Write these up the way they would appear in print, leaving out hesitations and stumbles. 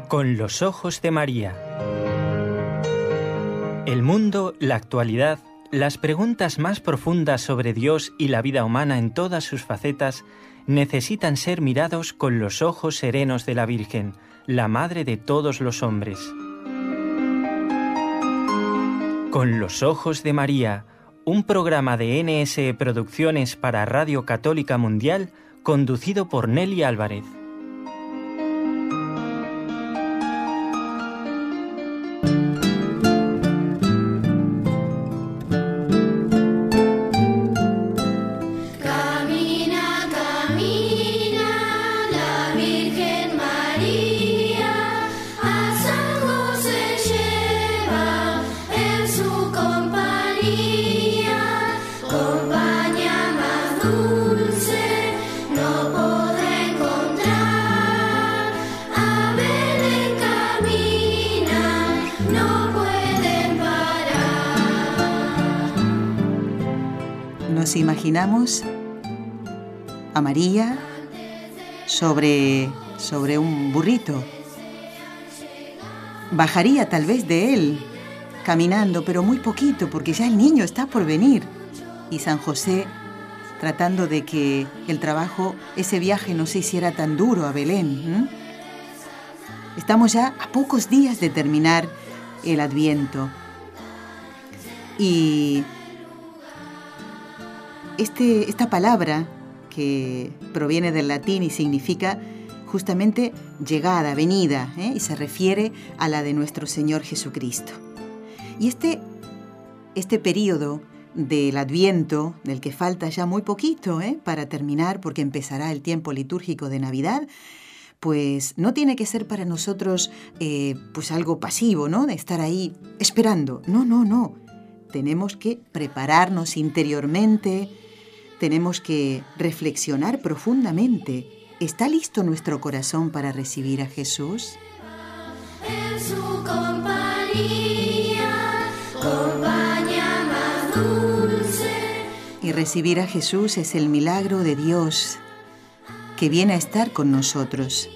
Con los ojos de María. El mundo, la actualidad, las preguntas más profundas sobre Dios y la vida humana en todas sus facetas necesitan ser mirados con los ojos serenos de la Virgen, la Madre de todos los hombres. Con los ojos de María, un programa de NSE Producciones para Radio Católica Mundial, conducido por Nelly Álvarez. Nos imaginamos a María sobre un burrito. Bajaría tal vez de él, caminando, pero muy poquito, porque ya el niño está por venir. Y San José tratando de que el trabajo, ese viaje no se hiciera tan duro a Belén. Estamos ya a pocos días de terminar el Adviento. Y esta palabra, que proviene del latín y significa justamente llegada, venida, y se refiere a la de nuestro Señor Jesucristo. Y este periodo del Adviento, del que falta ya muy poquito para terminar, porque empezará el tiempo litúrgico de Navidad, pues no tiene que ser para nosotros pues algo pasivo, ¿no? De estar ahí esperando. No. Tenemos que prepararnos interiormente. Tenemos que reflexionar profundamente. ¿Está listo nuestro corazón para recibir a Jesús? En su compañía, compañía más dulce. Y recibir a Jesús es el milagro de Dios que viene a estar con nosotros.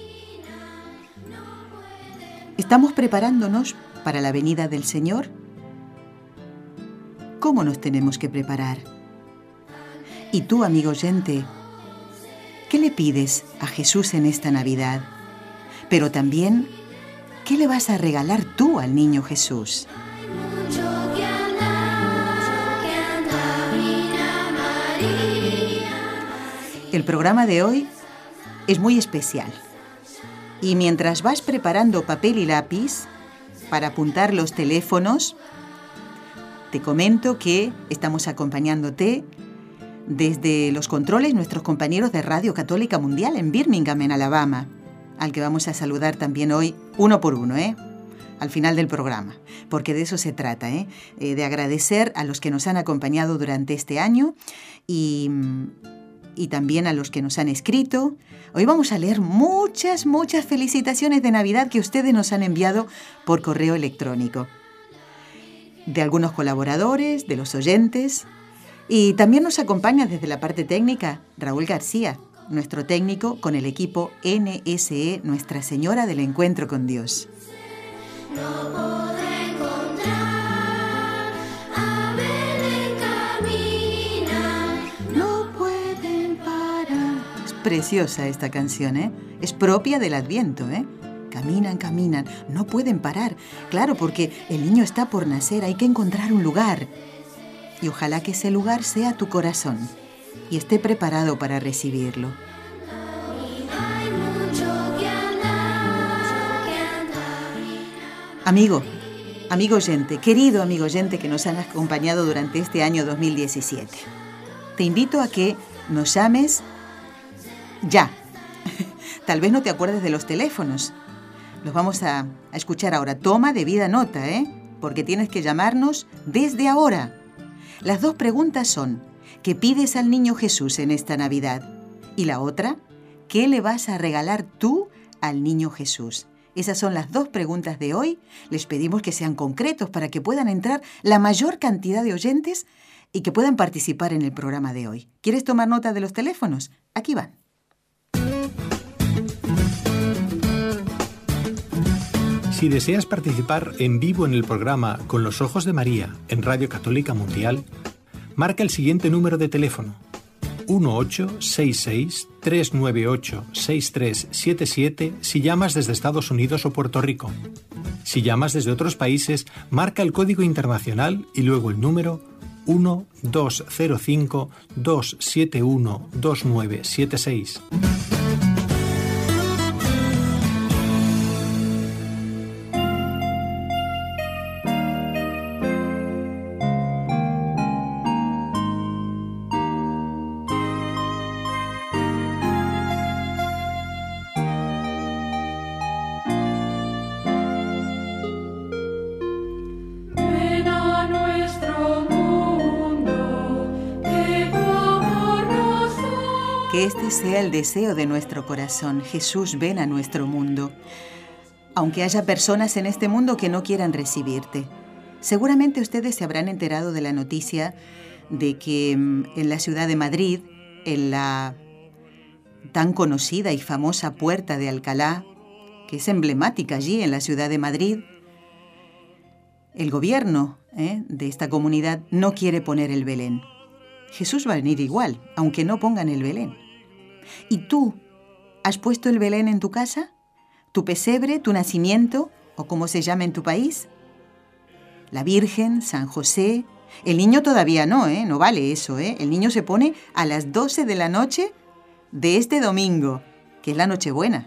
¿Estamos preparándonos para la venida del Señor? ¿Cómo nos tenemos que preparar? Y tú, amigo oyente, ¿qué le pides a Jesús en esta Navidad? Pero también, ¿qué le vas a regalar tú al niño Jesús? El programa de hoy es muy especial. Y mientras vas preparando papel y lápiz para apuntar los teléfonos, te comento que estamos acompañándote desde los controles nuestros compañeros de Radio Católica Mundial en Birmingham, en Alabama, al que vamos a saludar también hoy uno por uno, al final del programa, porque de eso se trata, de agradecer a los que nos han acompañado durante este año y también a los que nos han escrito. Hoy vamos a leer muchas felicitaciones de Navidad que ustedes nos han enviado por correo electrónico, de algunos colaboradores, de los oyentes. Y también nos acompaña desde la parte técnica Raúl García, nuestro técnico con el equipo NSE Nuestra Señora del Encuentro con Dios. No podré encontrar, a Belén camina, no pueden parar. Es preciosa esta canción, Es propia del Adviento, Caminan, no pueden parar. Claro, porque el niño está por nacer, hay que encontrar un lugar. Y ojalá que ese lugar sea tu corazón y esté preparado para recibirlo. Amigo oyente, querido amigo oyente que nos han acompañado durante este año 2017, te invito a que nos llames ya. Tal vez no te acuerdes de los teléfonos. Los vamos a escuchar ahora. Toma debida nota, porque tienes que llamarnos desde ahora. Las dos preguntas son, ¿qué pides al niño Jesús en esta Navidad? Y la otra, ¿qué le vas a regalar tú al niño Jesús? Esas son las dos preguntas de hoy. Les pedimos que sean concretos para que puedan entrar la mayor cantidad de oyentes y que puedan participar en el programa de hoy. ¿Quieres tomar nota de los teléfonos? Aquí van. Si deseas participar en vivo en el programa Con los Ojos de María en Radio Católica Mundial, marca el siguiente número de teléfono: 1866-398-6377 si llamas desde Estados Unidos o Puerto Rico. Si llamas desde otros países, marca el código internacional y luego el número 1205-271-2976. Que este sea el deseo de nuestro corazón. Jesús, ven a nuestro mundo. Aunque haya personas en este mundo que no quieran recibirte. Seguramente ustedes se habrán enterado de la noticia de que en la ciudad de Madrid, en la tan conocida y famosa Puerta de Alcalá, que es emblemática allí en la ciudad de Madrid, el gobierno de esta comunidad no quiere poner el Belén. Jesús va a venir igual, aunque no pongan el Belén. ¿Y tú has puesto el Belén en tu casa? ¿Tu pesebre, tu nacimiento, o como se llama en tu país? La Virgen, San José. El niño todavía no, no vale eso, El niño se pone a las 12 de la noche de este domingo, que es la Nochebuena.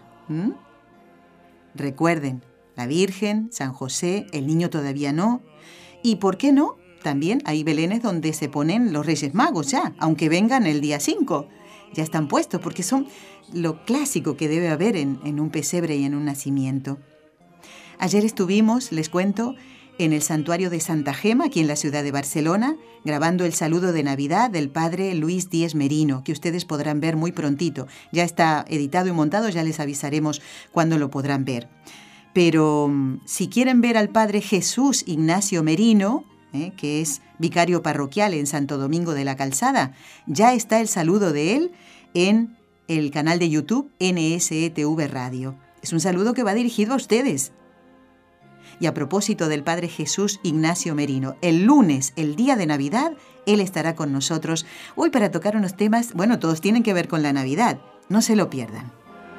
Recuerden, la Virgen, San José, el niño todavía no. ¿Y por qué no? También hay belenes donde se ponen los Reyes Magos ya, aunque vengan el día 5. Ya están puestos porque son lo clásico que debe haber en un pesebre y en un nacimiento. Ayer estuvimos, les cuento, en el santuario de Santa Gema, aquí en la ciudad de Barcelona, grabando el saludo de Navidad del padre Luis Díez Merino, que ustedes podrán ver muy prontito. Ya está editado y montado, ya les avisaremos cuándo lo podrán ver. Pero si quieren ver al padre Jesús Ignacio Merino, que es vicario parroquial en Santo Domingo de la Calzada, ya está el saludo de él en el canal de YouTube NSETV Radio. Es un saludo que va dirigido a ustedes. Y a propósito del padre Jesús Ignacio Merino, el lunes, el día de Navidad, él estará con nosotros hoy para tocar unos temas, bueno, todos tienen que ver con la Navidad. No se lo pierdan.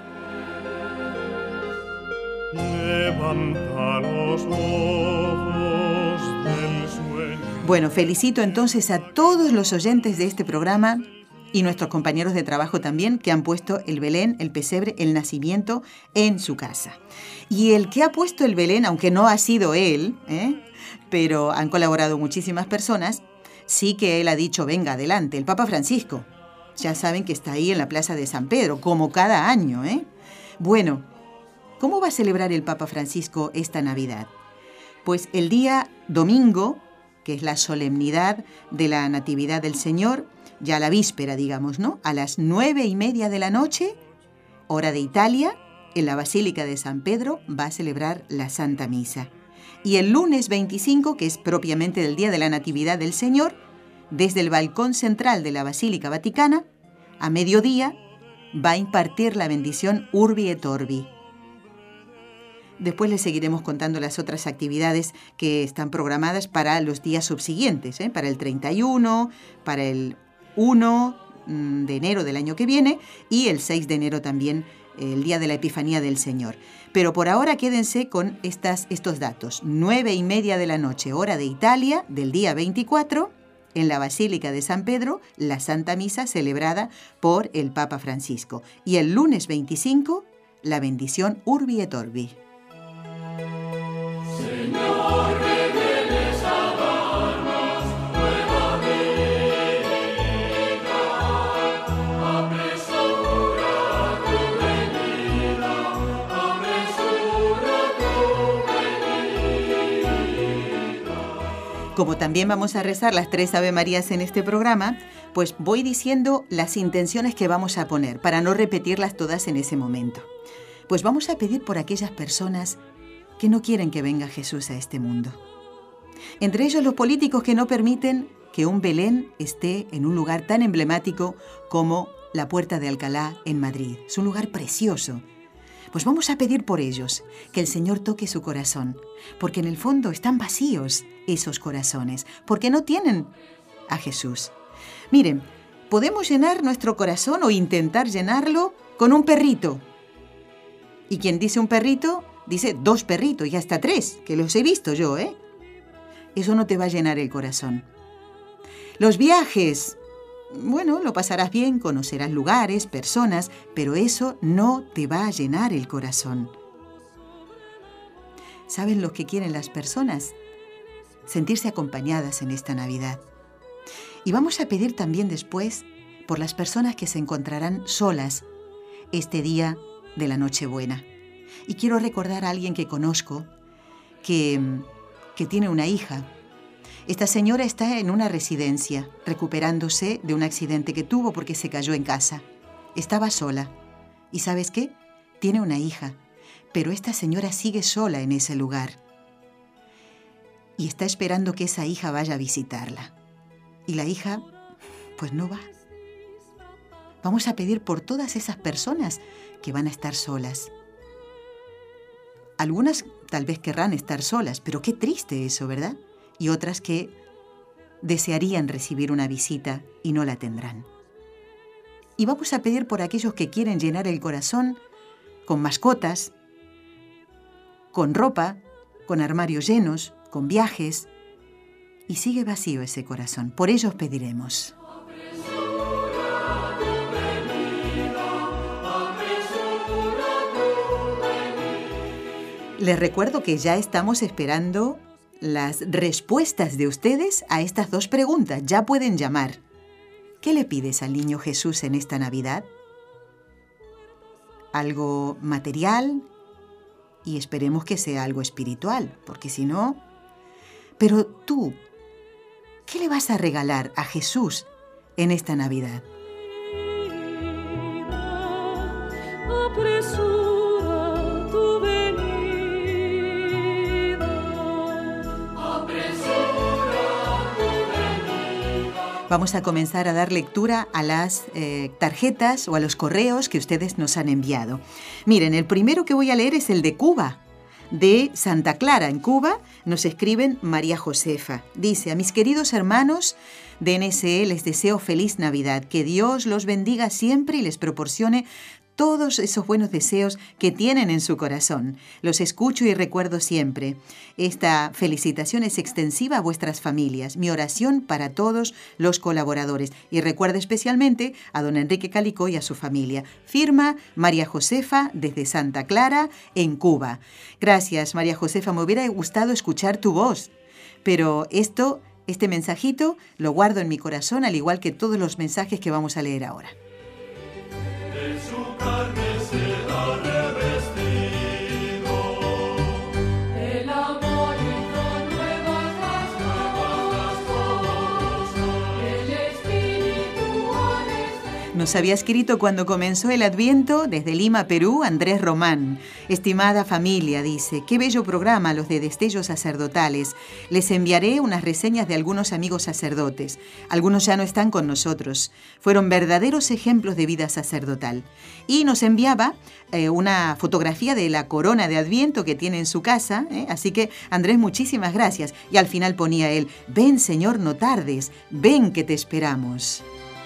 Levanta los ojos del sueño. Bueno, felicito entonces a todos los oyentes de este programa y nuestros compañeros de trabajo también que han puesto el Belén, el pesebre, el nacimiento en su casa. Y el que ha puesto el Belén, aunque no ha sido él, pero han colaborado muchísimas personas, sí que él ha dicho, venga, adelante, el Papa Francisco. Ya saben que está ahí en la Plaza de San Pedro, como cada año, Bueno, ¿cómo va a celebrar el Papa Francisco esta Navidad? Pues el día domingo, que es la solemnidad de la Natividad del Señor, ya la víspera, digamos, ¿no? A las 9:30 de la noche, hora de Italia, en la Basílica de San Pedro va a celebrar la Santa Misa. Y el lunes 25, que es propiamente el día de la Natividad del Señor, desde el balcón central de la Basílica Vaticana, a mediodía, va a impartir la bendición Urbi et Orbi. Después les seguiremos contando las otras actividades que están programadas para los días subsiguientes, para el 31, para el 1 de enero del año que viene y el 6 de enero también, el día de la Epifanía del Señor. Pero por ahora quédense con estos datos. 9:30 de la noche, hora de Italia, del día 24, en la Basílica de San Pedro, la Santa Misa celebrada por el Papa Francisco. Y el lunes 25, la bendición Urbi et Orbi. Señor, me vienes a dar más nueva vida. Apresura tu venida, apresura tu venida. Como también vamos a rezar las 3 Ave Marías en este programa, pues voy diciendo las intenciones que vamos a poner para no repetirlas todas en ese momento. Pues vamos a pedir por aquellas personas que no quieren que venga Jesús a este mundo. Entre ellos los políticos que no permiten que un Belén esté en un lugar tan emblemático como la Puerta de Alcalá en Madrid. Es un lugar precioso. Pues vamos a pedir por ellos, que el Señor toque su corazón, porque en el fondo están vacíos esos corazones, porque no tienen a Jesús. Miren, podemos llenar nuestro corazón o intentar llenarlo con un perrito. Y quien dice un perrito, dice 2 perritos y hasta 3, que los he visto yo, ¿eh? Eso no te va a llenar el corazón. Los viajes, bueno, lo pasarás bien, conocerás lugares, personas, pero eso no te va a llenar el corazón. ¿Saben lo que quieren las personas? Sentirse acompañadas en esta Navidad. Y vamos a pedir también después por las personas que se encontrarán solas este día de la Nochebuena. Y quiero recordar a alguien que conozco que tiene una hija. Esta señora está en una residencia, recuperándose de un accidente que tuvo porque se cayó en casa. Estaba sola. ¿Y sabes qué? Tiene una hija, pero esta señora sigue sola en ese lugar. Y está esperando que esa hija vaya a visitarla. Y la hija, pues no va. Vamos a pedir por todas esas personas que van a estar solas. Algunas tal vez querrán estar solas, pero qué triste eso, ¿verdad? Y otras que desearían recibir una visita y no la tendrán. Y vamos a pedir por aquellos que quieren llenar el corazón con mascotas, con ropa, con armarios llenos, con viajes, y sigue vacío ese corazón. Por ellos pediremos. Les recuerdo que ya estamos esperando las respuestas de ustedes a estas 2 preguntas. Ya pueden llamar. ¿Qué le pides al niño Jesús en esta Navidad? ¿Algo material? Y esperemos que sea algo espiritual, porque si no... Pero tú, ¿qué le vas a regalar a Jesús en esta Navidad? Apresura tu venida. Vamos a comenzar a dar lectura a las tarjetas o a los correos que ustedes nos han enviado. Miren, el primero que voy a leer es el de Cuba, de Santa Clara. En Cuba nos escriben María Josefa. Dice: a mis queridos hermanos de NSE les deseo feliz Navidad. Que Dios los bendiga siempre y les proporcione todos esos buenos deseos que tienen en su corazón. Los escucho y recuerdo siempre. Esta felicitación es extensiva a vuestras familias. Mi oración para todos los colaboradores. Y recuerdo especialmente a don Enrique Calicó y a su familia. Firma María Josefa desde Santa Clara, en Cuba. Gracias, María Josefa. Me hubiera gustado escuchar tu voz. Pero este mensajito lo guardo en mi corazón, al igual que todos los mensajes que vamos a leer ahora. De su carne será revestido. El amor hizo nuevas las cosas. El Espíritu Nos había escrito cuando comenzó el Adviento desde Lima, Perú, Andrés Román. Estimada familia, dice, qué bello programa los de Destellos Sacerdotales. Les enviaré unas reseñas de algunos amigos sacerdotes. Algunos ya no están con nosotros. Fueron verdaderos ejemplos de vida sacerdotal. Y nos enviaba una fotografía de la corona de Adviento que tiene en su casa. Así que, Andrés, muchísimas gracias. Y al final ponía él: ven, Señor, no tardes. Ven que te esperamos.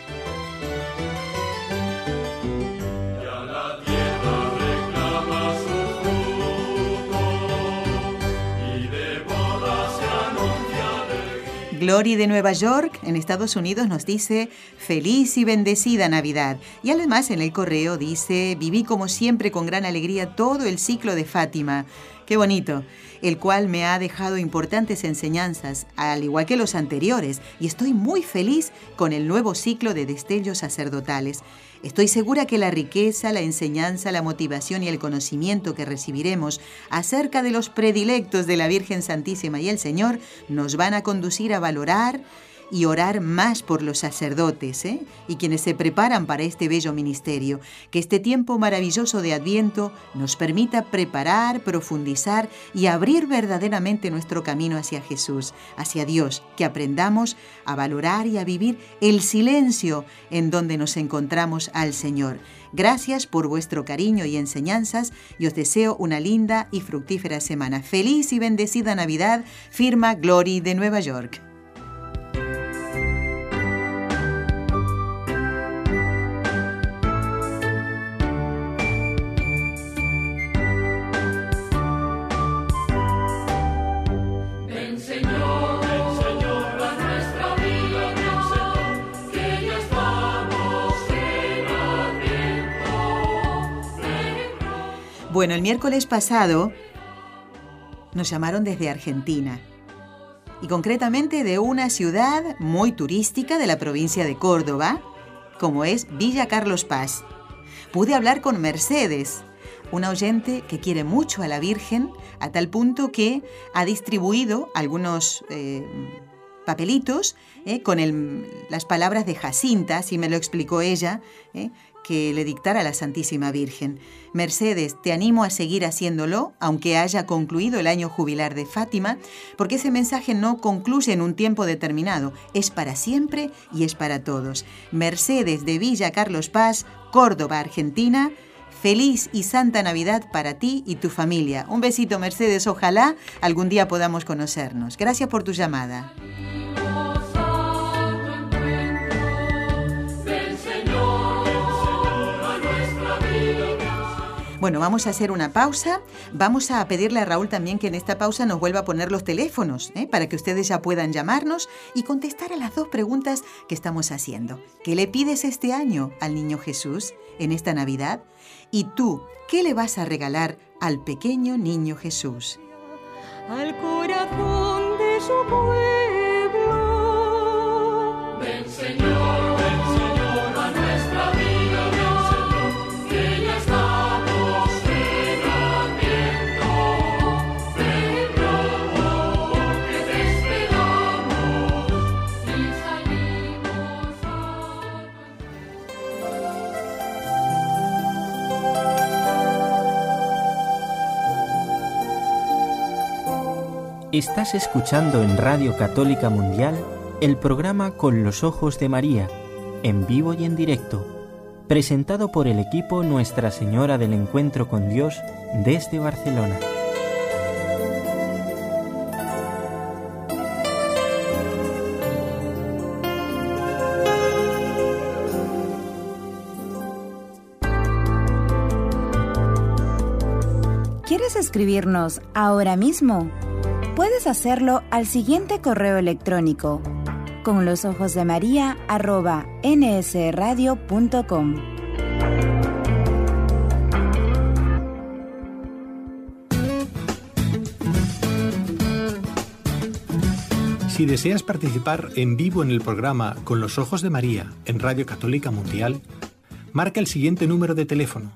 Glory de Nueva York, en Estados Unidos, nos dice: feliz y bendecida Navidad. Y además en el correo dice: viví como siempre con gran alegría todo el ciclo de Fátima. Qué bonito, el cual me ha dejado importantes enseñanzas, al igual que los anteriores, y estoy muy feliz con el nuevo ciclo de Destellos Sacerdotales. Estoy segura que la riqueza, la enseñanza, la motivación y el conocimiento que recibiremos acerca de los predilectos de la Virgen Santísima y el Señor nos van a conducir a valorar y orar más por los sacerdotes y quienes se preparan para este bello ministerio. Que este tiempo maravilloso de Adviento nos permita preparar, profundizar y abrir verdaderamente nuestro camino hacia Jesús, hacia Dios, que aprendamos a valorar y a vivir el silencio en donde nos encontramos al Señor. Gracias por vuestro cariño y enseñanzas y os deseo una linda y fructífera semana. Feliz y bendecida Navidad, firma Glory de Nueva York. Ven Señor a nuestra vida, ven Señor, que ya estamos en Adviento. Bueno, el miércoles pasado nos llamaron desde Argentina y concretamente de una ciudad muy turística de la provincia de Córdoba, como es Villa Carlos Paz. Pude hablar con Mercedes, una oyente que quiere mucho a la Virgen, a tal punto que ha distribuido algunos papelitos con las palabras de Jacinta, así me lo explicó ella, que le dictara a la Santísima Virgen. Mercedes, te animo a seguir haciéndolo, aunque haya concluido el año jubilar de Fátima, porque ese mensaje no concluye en un tiempo determinado, es para siempre y es para todos. Mercedes de Villa Carlos Paz, Córdoba, Argentina. Feliz y Santa Navidad para ti y tu familia. Un besito, Mercedes, ojalá algún día podamos conocernos. Gracias por tu llamada. Bueno, vamos a hacer una pausa. Vamos a pedirle a Raúl también que en esta pausa nos vuelva a poner los teléfonos, para que ustedes ya puedan llamarnos y contestar a las dos preguntas que estamos haciendo. ¿Qué le pides este año al Niño Jesús en esta Navidad? ¿Y tú, qué le vas a regalar al pequeño Niño Jesús? Al corazón de su pueblo. Ven Señor a nuestra vida, ven Señor, que ya estamos en Adviento. Ven pronto, que te esperamos y salimos a Estás escuchando en Radio Católica Mundial el programa Con los Ojos de María, en vivo y en directo, presentado por el equipo Nuestra Señora del Encuentro con Dios desde Barcelona. ¿Quieres escribirnos ahora mismo? Puedes hacerlo al siguiente correo electrónico: conlosojosdemaria@nsradio.com. Si deseas participar en vivo en el programa Con los Ojos de María en Radio Católica Mundial, marca el siguiente número de teléfono: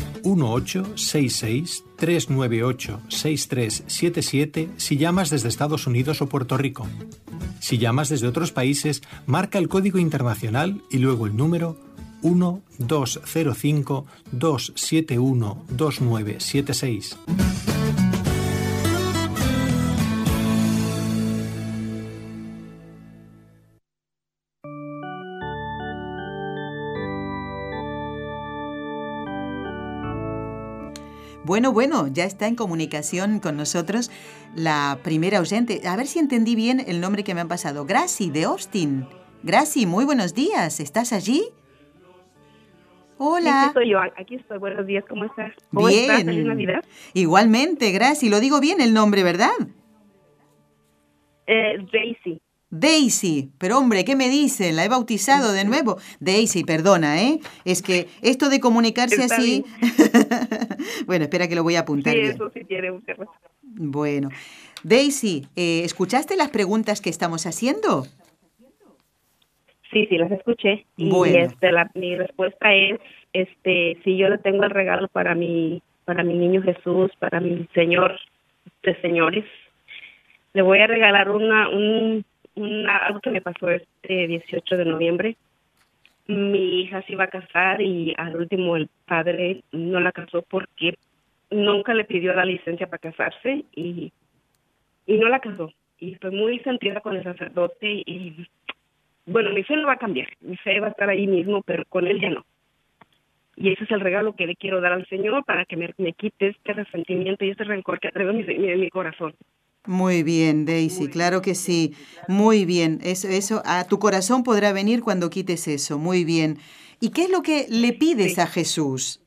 1866-398-6377 si llamas desde Estados Unidos o Puerto Rico. Si llamas desde otros países, marca el código internacional y luego el número 1205-271-2976. Bueno, ya está en comunicación con nosotros la primera oyente. A ver si entendí bien el nombre que me han pasado. Graci, de Austin. Graci, muy buenos días. ¿Estás allí? Hola. Aquí estoy yo, aquí estoy. Buenos días, ¿cómo estás? ¿Cómo Bien. estás? ¿Feliz Navidad? Igualmente, Graci. Lo digo bien el nombre, ¿verdad? Daisy. Daisy, pero hombre, ¿qué me dicen? La he bautizado de nuevo. Daisy, perdona, Es que esto de comunicarse Está así... Bueno, espera que lo voy a apuntar Sí, bien. eso sí tiene mucha razón. Bueno, Daisy, ¿escuchaste las preguntas que estamos haciendo? Sí, las escuché. Y Bueno. mi respuesta es, si yo le tengo el regalo para mi niño Jesús, para mi Señor de señores, le voy a regalar un algo que me pasó este 18 de noviembre. Mi hija se iba a casar y al último el padre no la casó porque nunca le pidió la licencia para casarse y no la casó. Y estoy muy sentida con el sacerdote y bueno, mi fe no va a cambiar, mi fe va a estar ahí mismo, pero con él ya no. Y ese es el regalo que le quiero dar al Señor para que me quite este resentimiento y este rencor que traigo en mi corazón. Muy bien, Daisy, claro que sí. Muy bien. Eso a tu corazón podrá venir cuando quites eso. Muy bien. ¿Y qué es lo que le pides a Jesús?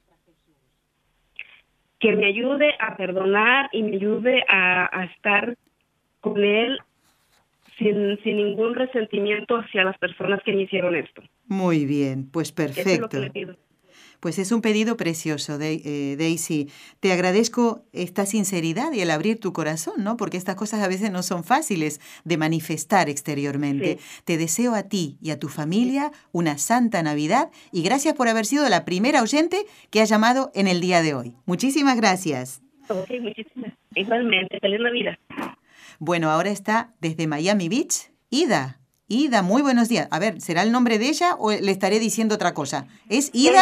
Que me ayude a perdonar y me ayude a estar con Él sin ningún resentimiento hacia las personas que me hicieron esto. Muy bien, pues perfecto. Eso es lo que le pido. Pues es un pedido precioso, Daisy. Te agradezco esta sinceridad y el abrir tu corazón, ¿no? Porque estas cosas a veces no son fáciles de manifestar exteriormente. Sí. Te deseo a ti y a tu familia una santa Navidad y gracias por haber sido la primera oyente que ha llamado en el día de hoy. Muchísimas gracias. Ok, muchísimas. Igualmente, feliz Navidad. Bueno, ahora está desde Miami Beach, Ida. Ida, muy buenos días. A ver, ¿será el nombre de ella o le estaré diciendo otra cosa? ¿Es Ida?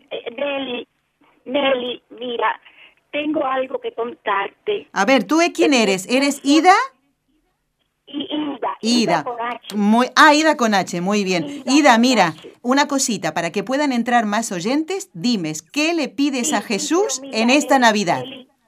Nelly, mira, tengo algo que contarte. A ver, ¿tú quién eres? ¿Eres Ida? Ida con H. Ida con H, muy bien. Ida, mira, una cosita, para que puedan entrar más oyentes, dime, ¿qué le pides a Jesús en esta Navidad?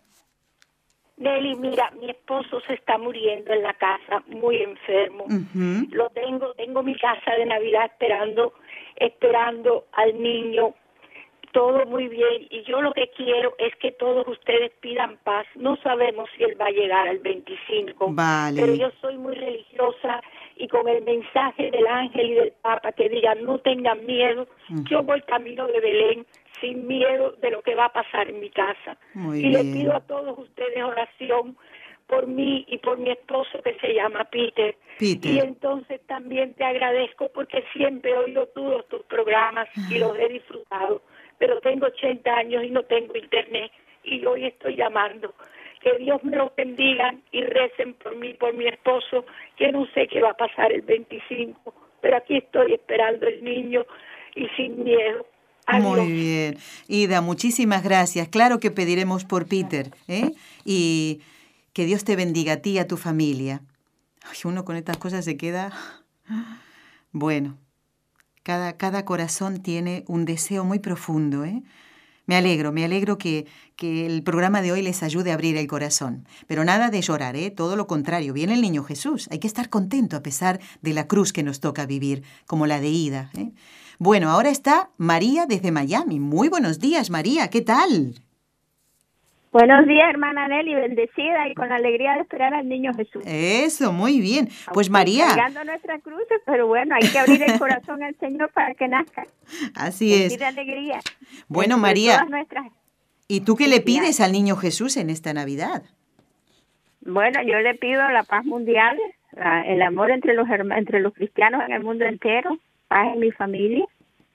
Nelly, mira, mi esposo se está muriendo en la casa, muy enfermo. Uh-huh. Tengo mi casa de Navidad esperando al niño, todo muy bien. Y yo lo que quiero es que todos ustedes pidan paz. No sabemos si él va a llegar al 25, vale. Pero yo soy muy religiosa y con el mensaje del ángel y del Papa que digan no tengan miedo, yo voy camino de Belén sin miedo de lo que va a pasar en mi casa. Muy y bien. Le pido a todos ustedes oración por mí y por mi esposo que se llama Peter. Y entonces también te agradezco porque siempre he oído todos tus programas y los he disfrutado, pero tengo 80 años y no tengo internet y hoy estoy llamando. Que Dios me los bendiga y recen por mí, por mi esposo, que no sé qué va a pasar el 25, pero aquí estoy esperando el niño y sin miedo. Adiós. Muy bien. Ida, muchísimas gracias. Claro que pediremos por Peter, ¿eh? Y que Dios te bendiga a ti y a tu familia. Ay, uno con estas cosas se queda... Bueno, cada corazón tiene un deseo muy profundo, ¿eh? Me alegro que el programa de hoy les ayude a abrir el corazón. Pero nada de llorar, ¿eh? Todo lo contrario, viene el niño Jesús. Hay que estar contento a pesar de la cruz que nos toca vivir, como la de Ida, ¿eh? Bueno, ahora está María desde Miami. Muy buenos días, María, ¿qué tal? Buenos días, hermana Nelly, bendecida y con la alegría de esperar al niño Jesús. Eso, muy bien. Pues María... Cargando nuestras cruces, pero bueno, hay que abrir el corazón al Señor para que nazca. Así es. De alegría. Bueno, María, ¿y tú qué le pides al niño Jesús en esta Navidad? Bueno, yo le pido la paz mundial, el amor entre los cristianos en el mundo entero, paz en mi familia.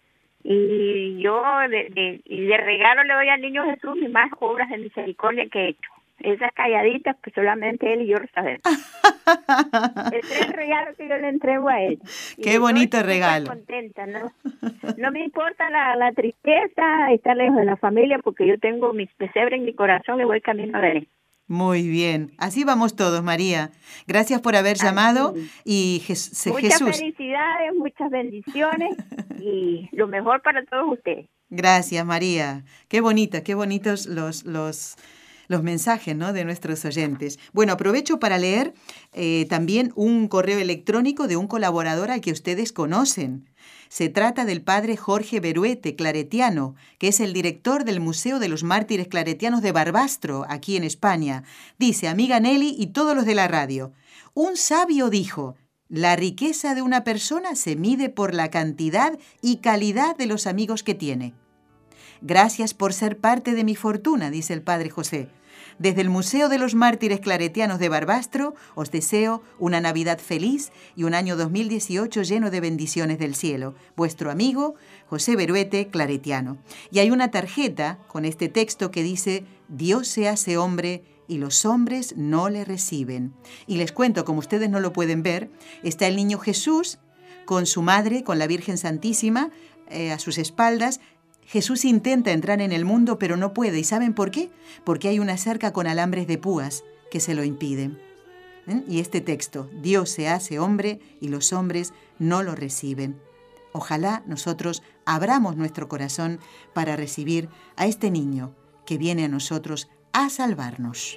Y yo de regalo le doy al niño Jesús mis más obras de misericordia que he hecho. Esas calladitas, pues solamente él y yo lo sabemos. Ese es el regalo que yo le entrego a él. Qué bonito regalo. Contenta, ¿no? No me importa la tristeza, estar lejos de la familia, porque yo tengo mis pesebres en mi corazón y voy camino a ver. Muy bien. Así vamos todos, María. Gracias por haber llamado y muchas Jesús. Muchas felicidades, muchas bendiciones y lo mejor para todos ustedes. Gracias, María. Qué bonitos los mensajes, ¿no?, de nuestros oyentes. Bueno, aprovecho para leer también un correo electrónico de un colaborador al que ustedes conocen. Se trata del padre Jorge Beruete, claretiano, que es el director del Museo de los Mártires Claretianos de Barbastro, aquí en España. Dice, amiga Nelly y todos los de la radio, un sabio dijo, la riqueza de una persona se mide por la cantidad y calidad de los amigos que tiene. Gracias por ser parte de mi fortuna, dice el padre José. Desde el Museo de los Mártires Claretianos de Barbastro, os deseo una Navidad feliz y un año 2018 lleno de bendiciones del cielo. Vuestro amigo, José Beruete, claretiano. Y hay una tarjeta con este texto que dice, Dios se hace hombre y los hombres no le reciben. Y les cuento, como ustedes no lo pueden ver, está el niño Jesús con su madre, con la Virgen Santísima, a sus espaldas. Jesús intenta entrar en el mundo, pero no puede. ¿Y saben por qué? Porque hay una cerca con alambres de púas que se lo impiden. Y este texto, Dios se hace hombre y los hombres no lo reciben. Ojalá nosotros abramos nuestro corazón para recibir a este niño que viene a nosotros a salvarnos.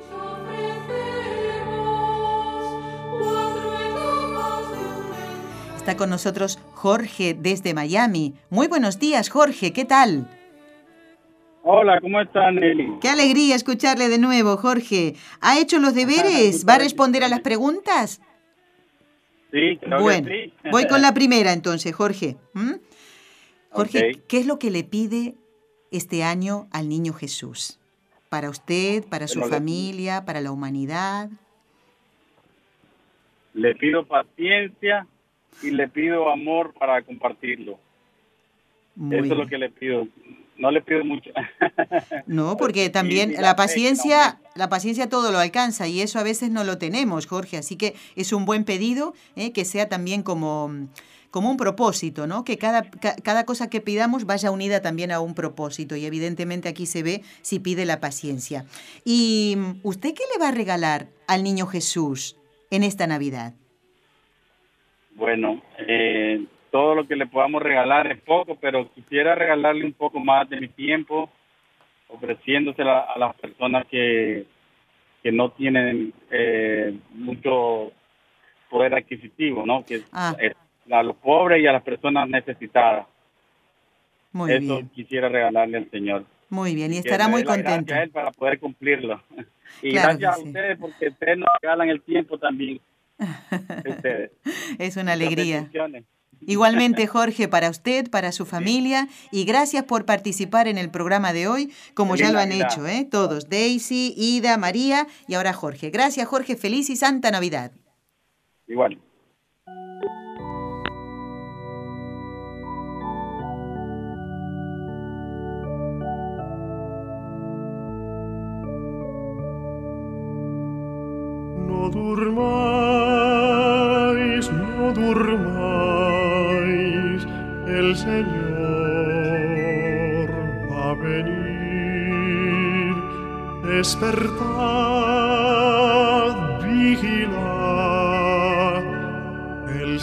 Está con nosotros Jorge desde Miami. Muy buenos días, Jorge, ¿qué tal? Hola, ¿cómo está, Nelly? Qué alegría escucharle de nuevo, Jorge. ¿Ha hecho los deberes? ¿Va a responder a las preguntas? Sí, creo bueno, que sí. Voy con la primera entonces, Jorge. Jorge, Okay. ¿Qué es lo que le pide este año al niño Jesús? Para usted, para su familia, para la humanidad. Le pido paciencia y le pido amor para compartirlo. Eso es lo que le pido. No le pido mucho. No, porque también la paciencia todo lo alcanza y eso a veces no lo tenemos, Jorge. Así que es un buen pedido, que sea también como un propósito, ¿no? Que cada cosa que pidamos vaya unida también a un propósito y evidentemente aquí se ve si pide la paciencia. ¿Y usted qué le va a regalar al niño Jesús en esta Navidad? Bueno, todo lo que le podamos regalar es poco, pero quisiera regalarle un poco más de mi tiempo, ofreciéndosela a las personas que no tienen mucho poder adquisitivo, ¿no? A los pobres y a las personas necesitadas. Muy Eso bien. quisiera regalarle al Señor. Muy bien, y estará muy contento. Gracias a Él para poder cumplirlo. Y Claro gracias que a sí. ustedes porque ustedes nos regalan el tiempo también. Ustedes. Es una alegría. Bendiciones. Igualmente, Jorge, para usted, para su familia, y gracias por participar en el programa de hoy, como ya lo han hecho, todos, Daisy, Ida, María y ahora Jorge. Gracias, Jorge, feliz y santa Navidad. Igual. No durmáis, el Señor va a venir. Despertad, vigilad, el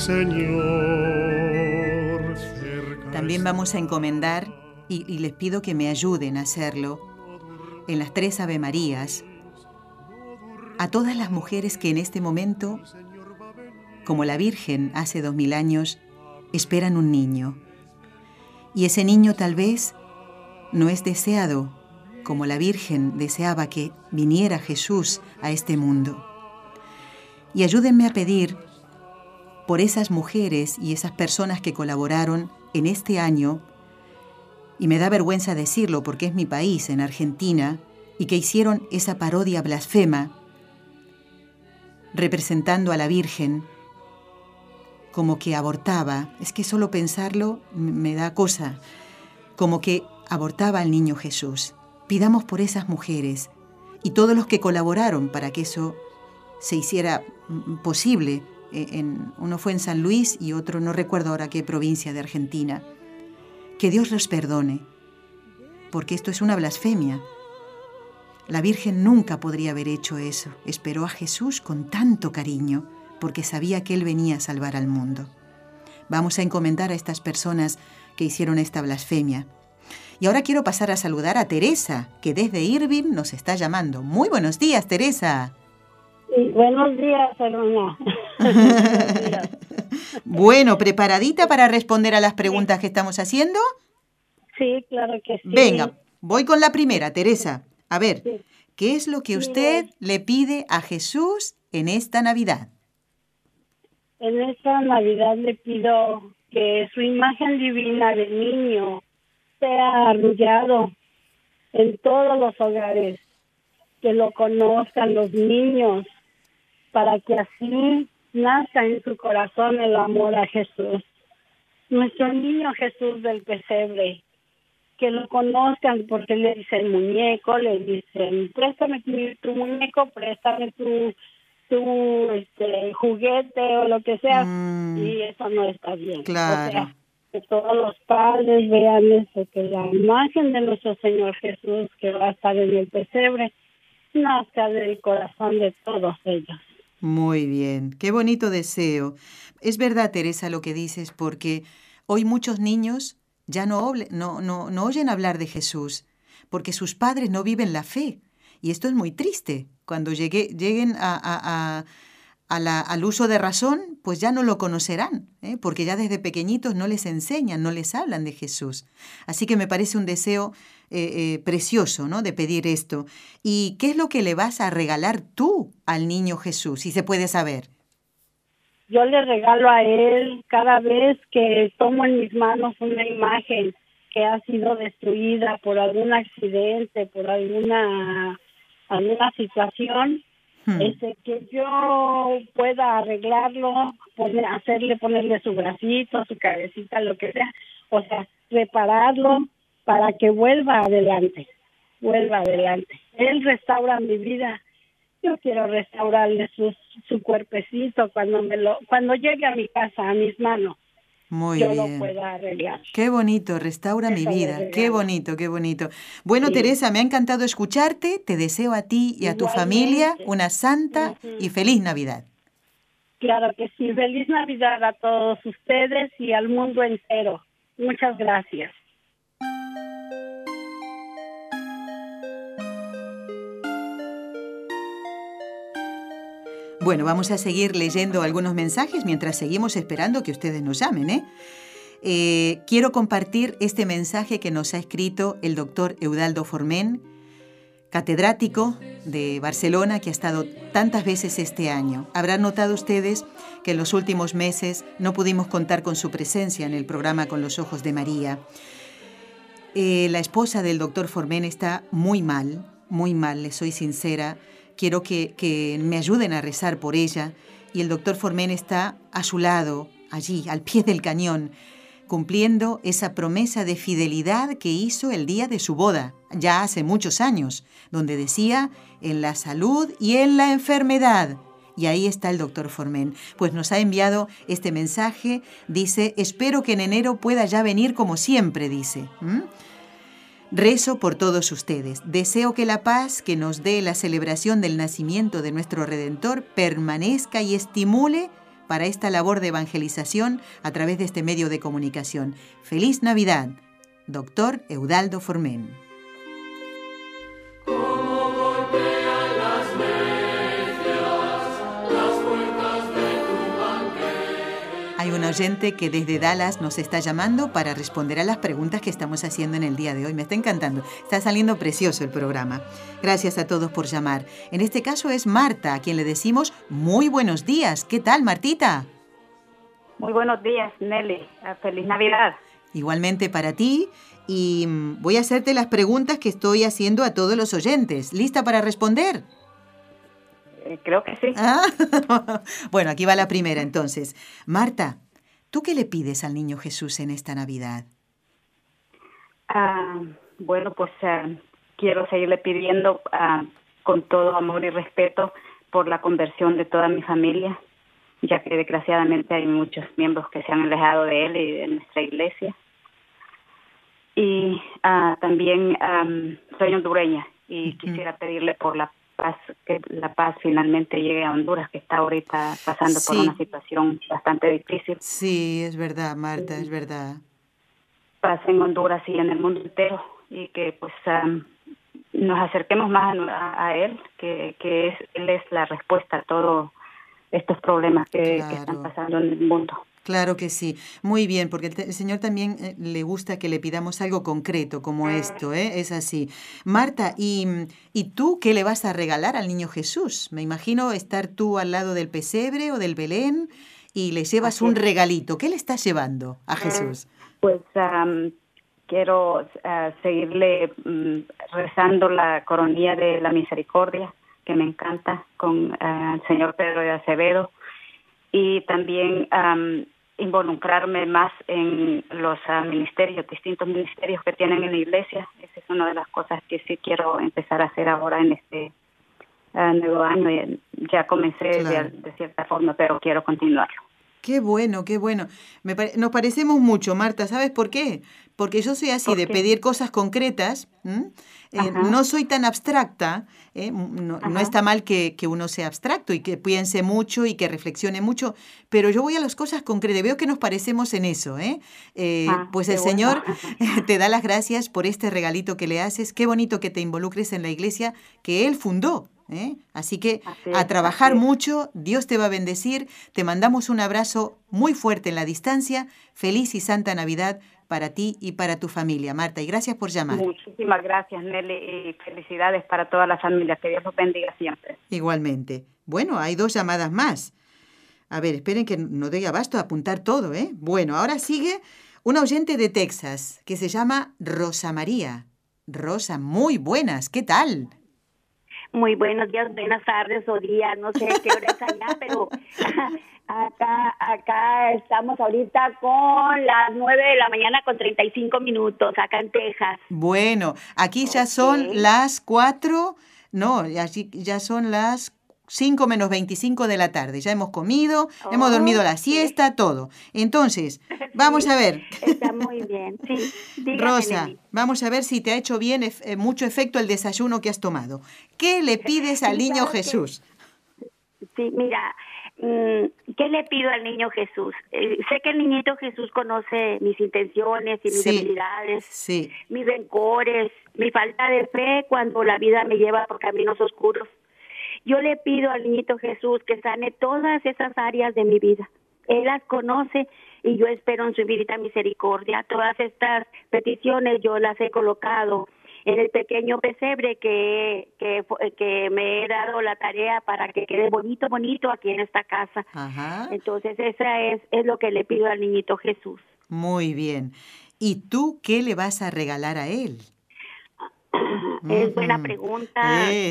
Señor cerca. También vamos a encomendar, y les pido que me ayuden a hacerlo, en las 3 Ave Marías, a todas las mujeres que en este momento, como la Virgen hace 2000 años, esperan un niño. Y ese niño tal vez no es deseado, como la Virgen deseaba que viniera Jesús a este mundo. Y ayúdenme a pedir por esas mujeres y esas personas que colaboraron en este año, y me da vergüenza decirlo porque es mi país, en Argentina, y que hicieron esa parodia blasfema representando a la Virgen como que abortaba, es que solo pensarlo me da cosa, como que abortaba al niño Jesús. Pidamos por esas mujeres y todos los que colaboraron para que eso se hiciera posible. Uno fue en San Luis y otro no recuerdo ahora qué provincia de Argentina. Que Dios los perdone, porque esto es una blasfemia. La Virgen nunca podría haber hecho eso. Esperó a Jesús con tanto cariño, porque sabía que Él venía a salvar al mundo. Vamos a encomendar a estas personas que hicieron esta blasfemia. Y ahora quiero pasar a saludar a Teresa, que desde Irving nos está llamando. Muy buenos días, Teresa. Sí, buenos días, hermana. Bueno, ¿preparadita para responder a las preguntas que estamos haciendo? Sí, claro que sí. Venga, voy con la primera, Teresa. A ver, ¿qué es lo que usted le pide a Jesús en esta Navidad? En esta Navidad le pido que su imagen divina del niño sea arrullado en todos los hogares, que lo conozcan los niños, para que así nazca en su corazón el amor a Jesús. Nuestro niño Jesús del pesebre, que lo conozcan, porque le dicen muñeco, le dicen préstame tu muñeco, préstame tu juguete o lo que sea, y eso no está bien. Claro. O sea, que todos los padres vean eso, que la imagen de nuestro Señor Jesús que va a estar en el pesebre nazca del corazón de todos ellos. Muy bien, qué bonito deseo. Es verdad, Teresa, lo que dices, porque hoy muchos niños ya no oyen hablar de Jesús, porque sus padres no viven la fe. Y esto es muy triste. Cuando lleguen al uso de razón, pues ya no lo conocerán, porque ya desde pequeñitos no les enseñan, no les hablan de Jesús. Así que me parece un deseo precioso, ¿no?, de pedir esto. ¿Y qué es lo que le vas a regalar tú al niño Jesús, si se puede saber? Yo le regalo a él cada vez que tomo en mis manos una imagen que ha sido destruida por algún accidente, por alguna situación, que yo pueda arreglarlo, ponerle su bracito, su cabecita, lo que sea, o sea, repararlo para que vuelva adelante. Él restaura mi vida. Yo quiero restaurarle su cuerpecito cuando llegue a mi casa, a mis manos. Muy yo bien. Lo pueda arreglar. Qué bonito, restaura mi vida. Qué bonito, qué bonito. Bueno, sí. Teresa, me ha encantado escucharte. Te deseo a ti y a tu familia una santa y feliz Navidad. Claro que sí. Feliz Navidad a todos ustedes y al mundo entero. Muchas gracias. Bueno, vamos a seguir leyendo algunos mensajes mientras seguimos esperando que ustedes nos llamen, quiero compartir este mensaje que nos ha escrito el doctor Eudaldo Forment, catedrático de Barcelona, que ha estado tantas veces este año. Habrán notado ustedes que en los últimos meses no pudimos contar con su presencia en el programa Con los Ojos de María. La esposa del doctor Forment está muy mal, les soy sincera. Quiero que me ayuden a rezar por ella. Y el doctor Forment está a su lado, allí, al pie del cañón, cumpliendo esa promesa de fidelidad que hizo el día de su boda, ya hace muchos años, donde decía, en la salud y en la enfermedad. Y ahí está el doctor Forment. Pues nos ha enviado este mensaje, dice, espero que en enero pueda ya venir como siempre, dice. Rezo por todos ustedes. Deseo que la paz que nos dé la celebración del nacimiento de nuestro Redentor permanezca y estimule para esta labor de evangelización a través de este medio de comunicación. ¡Feliz Navidad! Doctor Eudaldo Forment. Hay un oyente que desde Dallas nos está llamando para responder a las preguntas que estamos haciendo en el día de hoy. Me está encantando. Está saliendo precioso el programa. Gracias a todos por llamar. En este caso es Marta, a quien le decimos muy buenos días. ¿Qué tal, Martita? Muy buenos días, Nelly. Feliz Navidad. Igualmente para ti. Y voy a hacerte las preguntas que estoy haciendo a todos los oyentes. ¿Lista para responder? Creo que sí. Bueno, aquí va la primera entonces. Marta, ¿tú qué le pides al niño Jesús en esta Navidad? Bueno, pues quiero seguirle pidiendo con todo amor y respeto por la conversión de toda mi familia, ya que desgraciadamente hay muchos miembros que se han alejado de él y de nuestra iglesia. Y también soy hondureña y quisiera pedirle por la paz, que la paz finalmente llegue a Honduras, que está ahorita pasando por una situación bastante difícil. Sí, es verdad, Marta, es verdad. Paz en Honduras y en el mundo entero, y que pues nos acerquemos más a él, que él es la respuesta a todos estos problemas que están pasando en el mundo. Claro que sí. Muy bien, porque el Señor también le gusta que le pidamos algo concreto como esto, Es así. Marta, ¿y tú qué le vas a regalar al niño Jesús? Me imagino estar tú al lado del pesebre o del Belén y le llevas un regalito. ¿Qué le estás llevando a Jesús? Pues quiero seguirle rezando la coronilla de la misericordia, que me encanta, con el señor Pedro de Acevedo. Y también involucrarme más en los distintos ministerios que tienen en la iglesia. Esa es una de las cosas que sí quiero empezar a hacer ahora en este nuevo año. Ya comencé de cierta forma, pero quiero continuarlo. Qué bueno, qué bueno. Nos parecemos mucho, Marta. ¿Sabes por qué? Porque yo soy así, de pedir cosas concretas. No soy tan abstracta. No está mal que uno sea abstracto y que piense mucho y que reflexione mucho, pero yo voy a las cosas concretas. Veo que nos parecemos en eso. Pues el Señor te da las gracias por este regalito que le haces. Qué bonito que te involucres en la iglesia que Él fundó. Así que a trabajar mucho, Dios te va a bendecir. Te mandamos un abrazo muy fuerte en la distancia. Feliz y Santa Navidad para ti y para tu familia, Marta, y gracias por llamar. Muchísimas gracias, Nelly, y felicidades para toda la familia. Que Dios los bendiga siempre. Igualmente. Bueno, hay 2 llamadas más. A ver, esperen que no dé abasto a apuntar todo, ¿eh? Bueno, ahora sigue una oyente de Texas que se llama Rosa María. Rosa, muy buenas, ¿qué tal? Muy buenos días, buenas tardes o días, no sé qué hora es allá, pero acá estamos ahorita con las 9 de la mañana con 35 minutos, acá en Texas. Bueno, aquí ya son las 4, no, ya son las 5 menos 25 de la tarde. Ya hemos comido, hemos dormido la siesta, todo. Entonces, vamos a ver. Está muy bien, sí. Dígame, Rosa, Nelly. vamos a ver si te ha hecho bien, mucho efecto el desayuno que has tomado. ¿Qué le pides al niño Jesús? Sí, mira, ¿qué le pido al niño Jesús? Sé que el niñito Jesús conoce mis intenciones y mis debilidades, mis rencores, mi falta de fe cuando la vida me lleva por caminos oscuros. Yo le pido al niñito Jesús que sane todas esas áreas de mi vida. Él las conoce y yo espero en su infinita misericordia. Todas estas peticiones yo las he colocado en el pequeño pesebre que me he dado la tarea para que quede bonito, bonito aquí en esta casa. Ajá. Entonces esa es lo que le pido al niñito Jesús. Muy bien. ¿Y tú qué le vas a regalar a él? Es buena pregunta.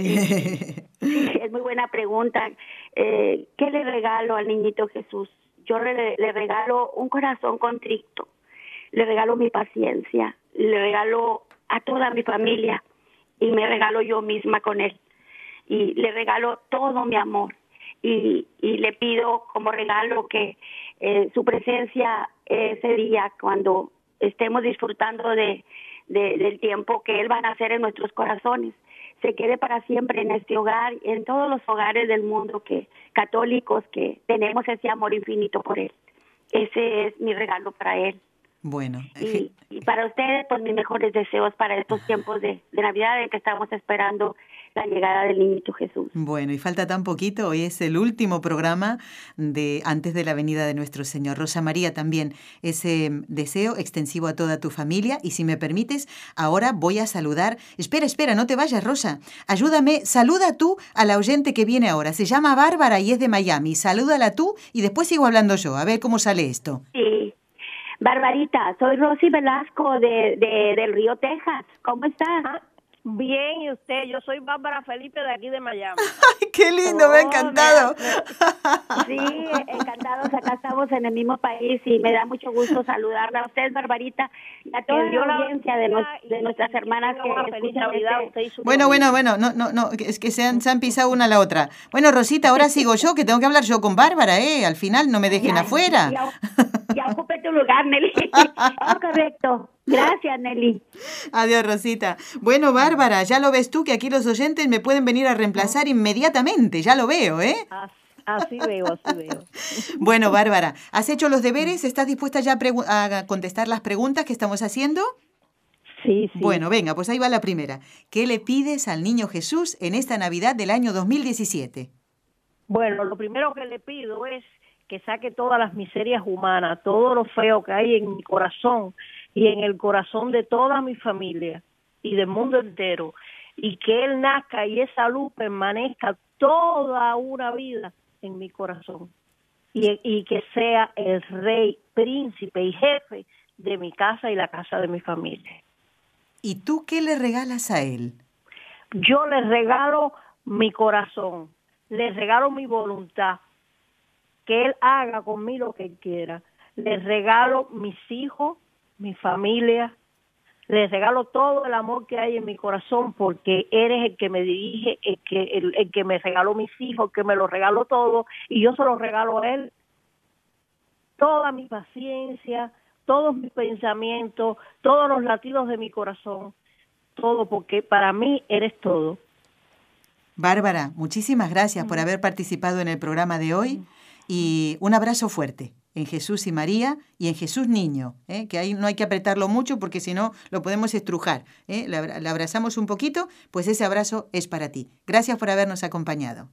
Sí, es muy buena pregunta. ¿Qué le regalo al niñito Jesús? Yo le regalo un corazón contrito, le regalo mi paciencia, le regalo a toda mi familia y me regalo yo misma con él. Y le regalo todo mi amor y le pido como regalo que su presencia ese día, cuando estemos disfrutando del tiempo que Él va a nacer en nuestros corazones, se quede para siempre en este hogar, en todos los hogares del mundo católicos que tenemos ese amor infinito por Él. Ese es mi regalo para Él. Bueno. Y para ustedes, pues mis mejores deseos para estos tiempos de Navidad en que estamos esperando la llegada del niñito Jesús. Bueno, y falta tan poquito, hoy es el último programa antes de la venida de nuestro Señor. Rosa María, también ese deseo extensivo a toda tu familia. Y si me permites, ahora voy a saludar. Espera, no te vayas, Rosa. Ayúdame, saluda tú a la oyente que viene ahora. Se llama Bárbara y es de Miami. Salúdala tú y después sigo hablando yo, a ver cómo sale esto. Sí. Barbarita, soy Rosy Velasco del Río, Texas. ¿Cómo estás? Bien, ¿y usted? Yo soy Bárbara Felipe de aquí de Miami. ¡Ay, qué lindo! Me ha encantado. Sí, encantados. Acá estamos en el mismo país y me da mucho gusto saludarla a usted, Barbarita, y a toda la audiencia de nuestras hermanas que escuchan Bueno, no, es que se han pisado una a la otra. Bueno, Rosita, ahora sigo yo, que tengo que hablar yo con Bárbara, Al final no me dejen afuera. Ya ocupé tu lugar, Nelly. Correcto. Gracias, Nelly. Adiós, Rosita. Bueno, Bárbara, ya lo ves tú que aquí los oyentes me pueden venir a reemplazar inmediatamente. Ya lo veo, Así veo. Bueno, Bárbara, ¿has hecho los deberes? ¿Estás dispuesta ya a contestar las preguntas que estamos haciendo? Sí. Bueno, venga, pues ahí va la primera. ¿Qué le pides al niño Jesús en esta Navidad del año 2017? Bueno, lo primero que le pido es que saque todas las miserias humanas, todo lo feo que hay en mi corazón y en el corazón de toda mi familia y del mundo entero, y que Él nazca y esa luz permanezca toda una vida en mi corazón, y que sea el rey, príncipe y jefe de mi casa y la casa de mi familia. ¿Y tú qué le regalas a Él? Yo le regalo mi corazón, le regalo mi voluntad, que Él haga conmigo lo que Él quiera. les regalo mis hijos, mi familia, les regalo todo el amor que hay en mi corazón, porque eres el que me dirige, el que me regaló mis hijos, que me lo regaló todo, y yo se lo regalo a él. Toda mi paciencia, todos mis pensamientos, todos los latidos de mi corazón, todo, porque para mí eres todo. Bárbara, muchísimas gracias por haber participado en el programa de hoy y un abrazo fuerte en Jesús y María y en Jesús Niño, que ahí no hay que apretarlo mucho porque si no lo podemos estrujar. Le abrazamos un poquito, pues ese abrazo es para ti. Gracias por habernos acompañado.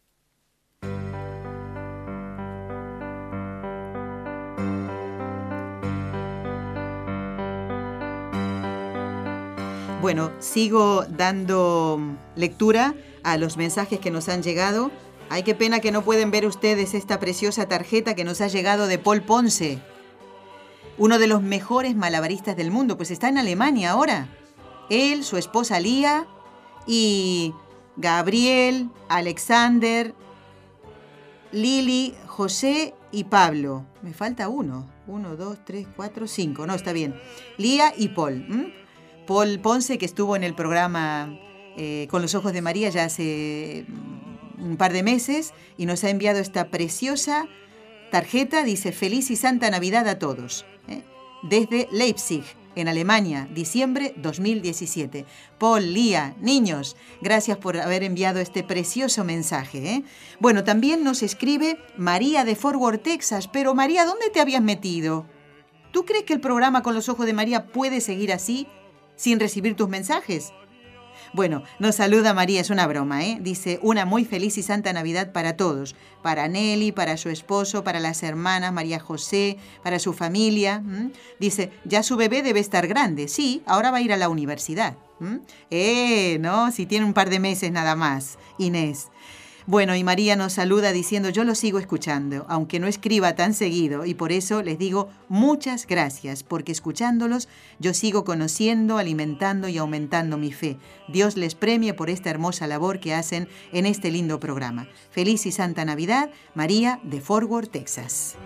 Bueno, sigo dando lectura a los mensajes que nos han llegado. Ay, qué pena que no pueden ver ustedes esta preciosa tarjeta que nos ha llegado de Paul Ponce, uno de los mejores malabaristas del mundo, pues está en Alemania ahora. Él, su esposa Lía y Gabriel, Alexander, Lili, José y Pablo. Me falta uno. 1, 2, 3, 4, 5. No, está bien. Lía y Paul. Paul Ponce, que estuvo en el programa Con los Ojos de María ya hace un par de meses y nos ha enviado esta preciosa tarjeta. Dice: Feliz y Santa Navidad a todos. Desde Leipzig, en Alemania, diciembre 2017. Paul, Lía, niños, gracias por haber enviado este precioso mensaje. Bueno, también nos escribe María de Fort Worth, Texas. Pero María, ¿dónde te habías metido? ¿Tú crees que el programa Con los Ojos de María puede seguir así, sin recibir tus mensajes? Bueno, nos saluda María, es una broma, Dice: una muy feliz y santa Navidad para todos. Para Nelly, para su esposo, para las hermanas, María José, para su familia. Dice: ya su bebé debe estar grande. Sí, ahora va a ir a la universidad. No, si tiene un par de meses nada más. Inés. Bueno, y María nos saluda diciendo: yo lo sigo escuchando, aunque no escriba tan seguido, y por eso les digo muchas gracias, porque escuchándolos yo sigo conociendo, alimentando y aumentando mi fe. Dios les premie por esta hermosa labor que hacen en este lindo programa. Feliz y Santa Navidad, María de Fort Worth, Texas.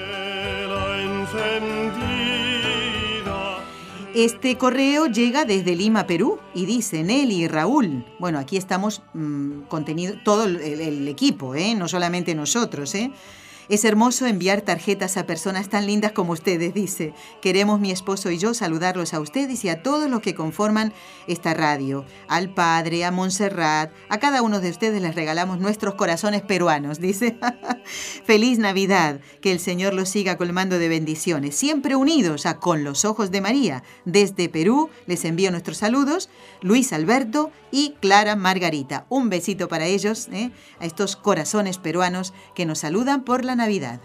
Este correo llega desde Lima, Perú, y dice: Nelly y Raúl. Bueno, aquí estamos contenido todo el equipo, no solamente nosotros. Es hermoso enviar tarjetas a personas tan lindas como ustedes, dice. Queremos mi esposo y yo saludarlos a ustedes y a todos los que conforman esta radio. Al padre, a Montserrat, a cada uno de ustedes les regalamos nuestros corazones peruanos, dice. Feliz Navidad, que el Señor los siga colmando de bendiciones. Siempre unidos a Con los Ojos de María. Desde Perú les envío nuestros saludos, Luis Alberto y Clara Margarita. Un besito para ellos, a estos corazones peruanos que nos saludan por la Navidad.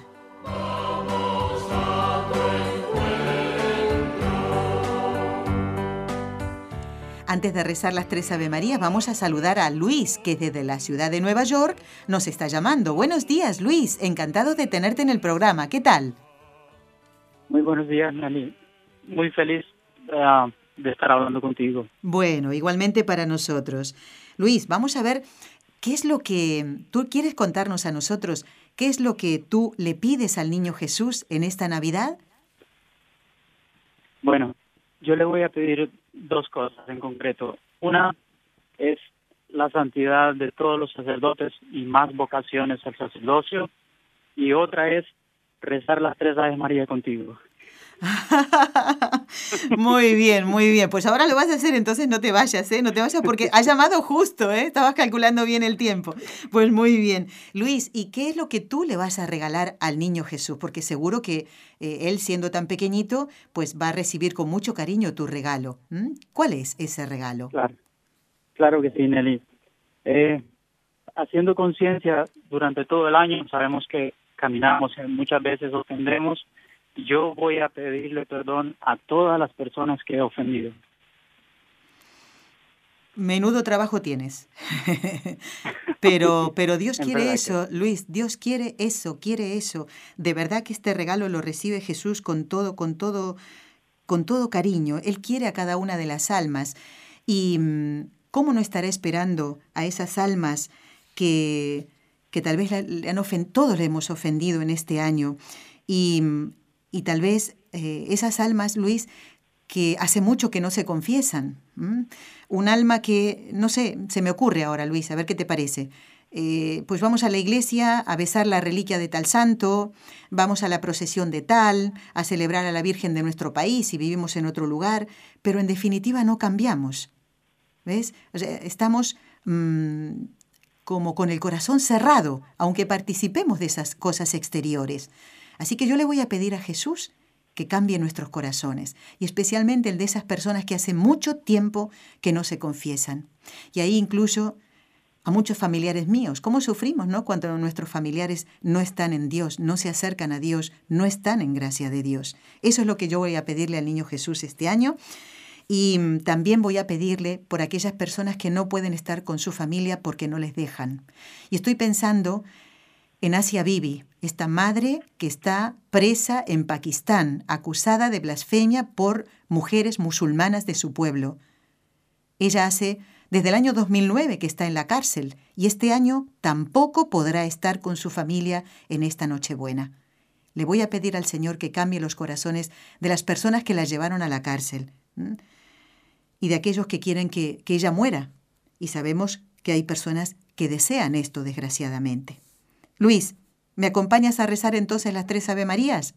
Antes de rezar las 3 Ave Marías, vamos a saludar a Luis, que desde la ciudad de Nueva York nos está llamando. Buenos días, Luis. Encantado de tenerte en el programa. ¿Qué tal? Muy buenos días, Nani. Muy feliz de estar hablando contigo. Bueno, igualmente para nosotros. Luis, vamos a ver qué es lo que tú quieres contarnos a nosotros. ¿Qué es lo que tú le pides al niño Jesús en esta Navidad? Bueno, yo le voy a pedir 2 cosas en concreto. Una es la santidad de todos los sacerdotes y más vocaciones al sacerdocio. Y otra es rezar las 3 Ave María contigo. Muy bien, muy bien. Pues ahora lo vas a hacer, entonces no te vayas, no te vayas porque has llamado justo, estabas calculando bien el tiempo. Pues muy bien. Luis, ¿y qué es lo que tú le vas a regalar al niño Jesús? Porque seguro que él, siendo tan pequeñito, pues va a recibir con mucho cariño tu regalo. ¿Cuál es ese regalo? Claro que sí, Nelly. Haciendo conciencia durante todo el año, sabemos que caminamos, muchas veces ofendemos. Yo voy a pedirle perdón a todas las personas que he ofendido. Menudo trabajo tienes. pero Dios quiere eso, Luis, Dios quiere eso. De verdad que este regalo lo recibe Jesús con todo cariño. Él quiere a cada una de las almas. Y ¿cómo no estará esperando a esas almas que tal vez todos le hemos ofendido en este año? Y Y tal vez esas almas, Luis, que hace mucho que no se confiesan. Un alma que, no sé, se me ocurre ahora, Luis, a ver qué te parece. Pues vamos a la iglesia a besar la reliquia de tal santo, vamos a la procesión de tal, a celebrar a la Virgen de nuestro país si vivimos en otro lugar, pero en definitiva no cambiamos. ¿Ves? O sea, estamos como con el corazón cerrado, aunque participemos de esas cosas exteriores. Así que yo le voy a pedir a Jesús que cambie nuestros corazones, y especialmente el de esas personas que hace mucho tiempo que no se confiesan. Y ahí incluyo a muchos familiares míos. ¿Cómo sufrimos, no? Cuando nuestros familiares no están en Dios, no se acercan a Dios, no están en gracia de Dios. Eso es lo que yo voy a pedirle al Niño Jesús este año. Y también voy a pedirle por aquellas personas que no pueden estar con su familia porque no les dejan. Y estoy pensando en Asia Bibi, esta madre que está presa en Pakistán, acusada de blasfemia por mujeres musulmanas de su pueblo. Ella hace desde el año 2009 que está en la cárcel y este año tampoco podrá estar con su familia en esta Nochebuena. Le voy a pedir al Señor que cambie los corazones de las personas que la llevaron a la cárcel y de aquellos que quieren que ella muera. Y sabemos que hay personas que desean esto, desgraciadamente. Luis, ¿me acompañas a rezar entonces las 3 Ave Marías?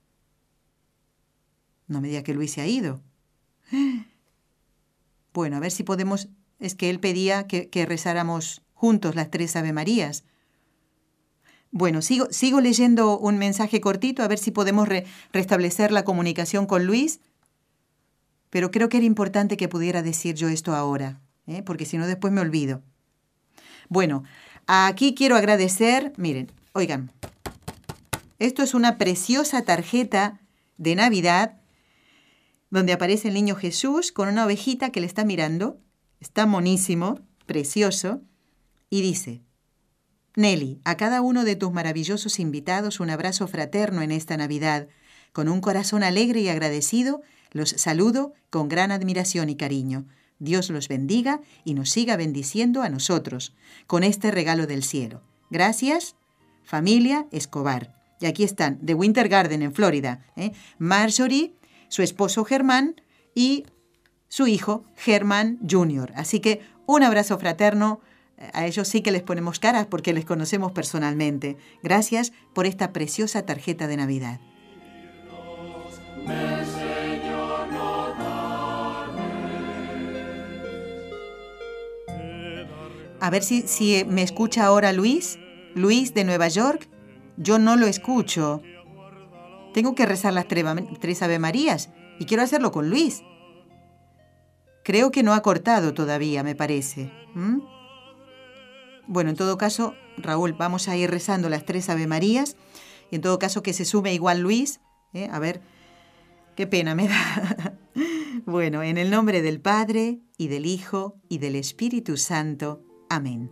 No me diga que Luis se ha ido. Bueno, a ver si podemos... Es que él pedía que rezáramos juntos las 3 Ave Marías. Bueno, sigo leyendo un mensaje cortito, a ver si podemos restablecer la comunicación con Luis. Pero creo que era importante que pudiera decir yo esto ahora, porque si no después me olvido. Bueno, aquí quiero agradecer, miren, oigan, esto es una preciosa tarjeta de Navidad donde aparece el Niño Jesús con una ovejita que le está mirando. Está monísimo, precioso, y dice: Nelly, a cada uno de tus maravillosos invitados un abrazo fraterno en esta Navidad. Con un corazón alegre y agradecido, los saludo con gran admiración y cariño. Dios los bendiga y nos siga bendiciendo a nosotros con este regalo del cielo. Gracias, familia Escobar. Y aquí están, de Winter Garden, en Florida. Marjorie, su esposo Germán y su hijo Germán Jr. Así que un abrazo fraterno. A ellos sí que les ponemos caras porque les conocemos personalmente. Gracias por esta preciosa tarjeta de Navidad. A ver si me escucha ahora Luis. Luis de Nueva York. Yo no lo escucho. Tengo que rezar las 3 Ave Marías y quiero hacerlo con Luis. Creo que no ha cortado todavía, me parece. Bueno, en todo caso, Raúl, vamos a ir rezando las 3 Ave Marías. Y en todo caso que se sume igual Luis. A ver, qué pena me da. Bueno, en el nombre del Padre, y del Hijo, y del Espíritu Santo. Amén.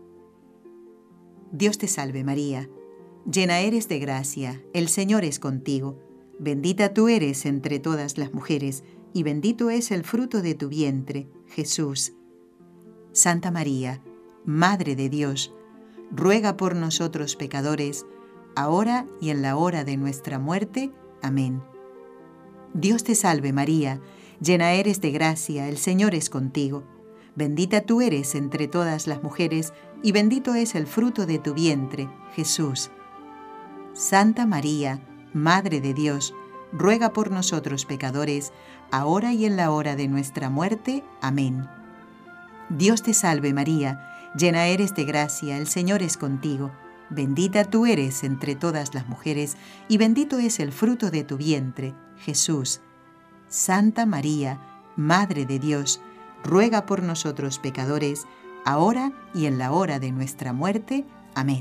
Dios te salve María, llena eres de gracia, el Señor es contigo. Bendita tú eres entre todas las mujeres, y bendito es el fruto de tu vientre, Jesús. Santa María, Madre de Dios, ruega por nosotros pecadores, ahora y en la hora de nuestra muerte. Amén. Dios te salve María, llena eres de gracia, el Señor es contigo. Bendita tú eres entre todas las mujeres, y bendito es el fruto de tu vientre, Jesús. Santa María, Madre de Dios, ruega por nosotros pecadores, ahora y en la hora de nuestra muerte. Amén. Dios te salve María, llena eres de gracia, el Señor es contigo. Bendita tú eres entre todas las mujeres, y bendito es el fruto de tu vientre, Jesús. Santa María, Madre de Dios, ruega por nosotros pecadores, ahora y en la hora de nuestra muerte. Amén.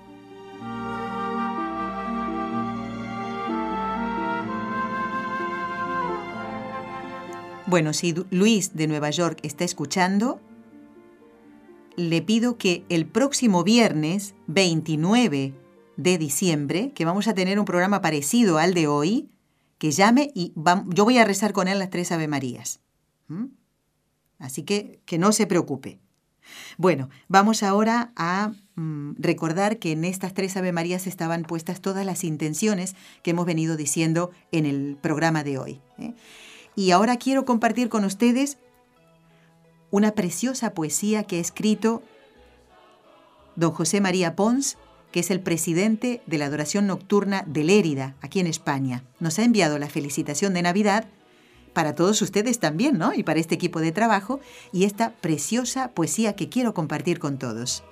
Bueno, si Luis de Nueva York está escuchando, le pido que el próximo viernes 29 de diciembre, que vamos a tener un programa parecido al de hoy, que llame y yo voy a rezar con él las 3 Ave Marías. Así que no se preocupe. Bueno, vamos ahora a recordar que en estas 3 Ave Marías estaban puestas todas las intenciones que hemos venido diciendo en el programa de hoy. Y ahora quiero compartir con ustedes una preciosa poesía que ha escrito don José María Pons, que es el presidente de la Adoración Nocturna de Lérida, aquí en España. Nos ha enviado la felicitación de Navidad para todos ustedes también, ¿no? Y para este equipo de trabajo, y esta preciosa poesía que quiero compartir con todos.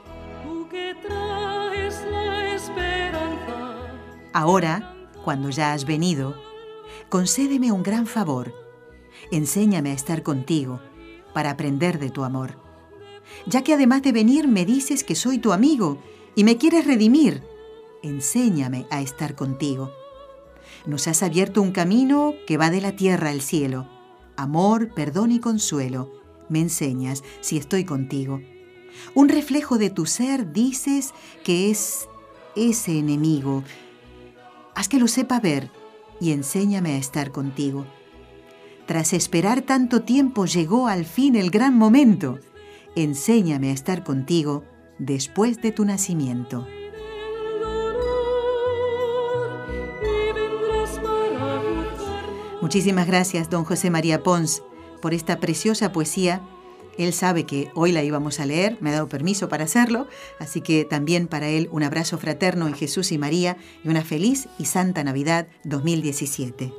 Ahora, cuando ya has venido, concédeme un gran favor. Enséñame a estar contigo para aprender de tu amor. Ya que además de venir me dices que soy tu amigo y me quieres redimir, enséñame a estar contigo. Nos has abierto un camino que va de la tierra al cielo. Amor, perdón y consuelo. Me enseñas si estoy contigo. Un reflejo de tu ser dices que es ese enemigo. Haz que lo sepa ver y enséñame a estar contigo. Tras esperar tanto tiempo llegó al fin el gran momento. Enséñame a estar contigo después de tu nacimiento. Muchísimas gracias, don José María Pons, por esta preciosa poesía. Él sabe que hoy la íbamos a leer, me ha dado permiso para hacerlo, así que también para él un abrazo fraterno en Jesús y María y una feliz y santa Navidad 2017.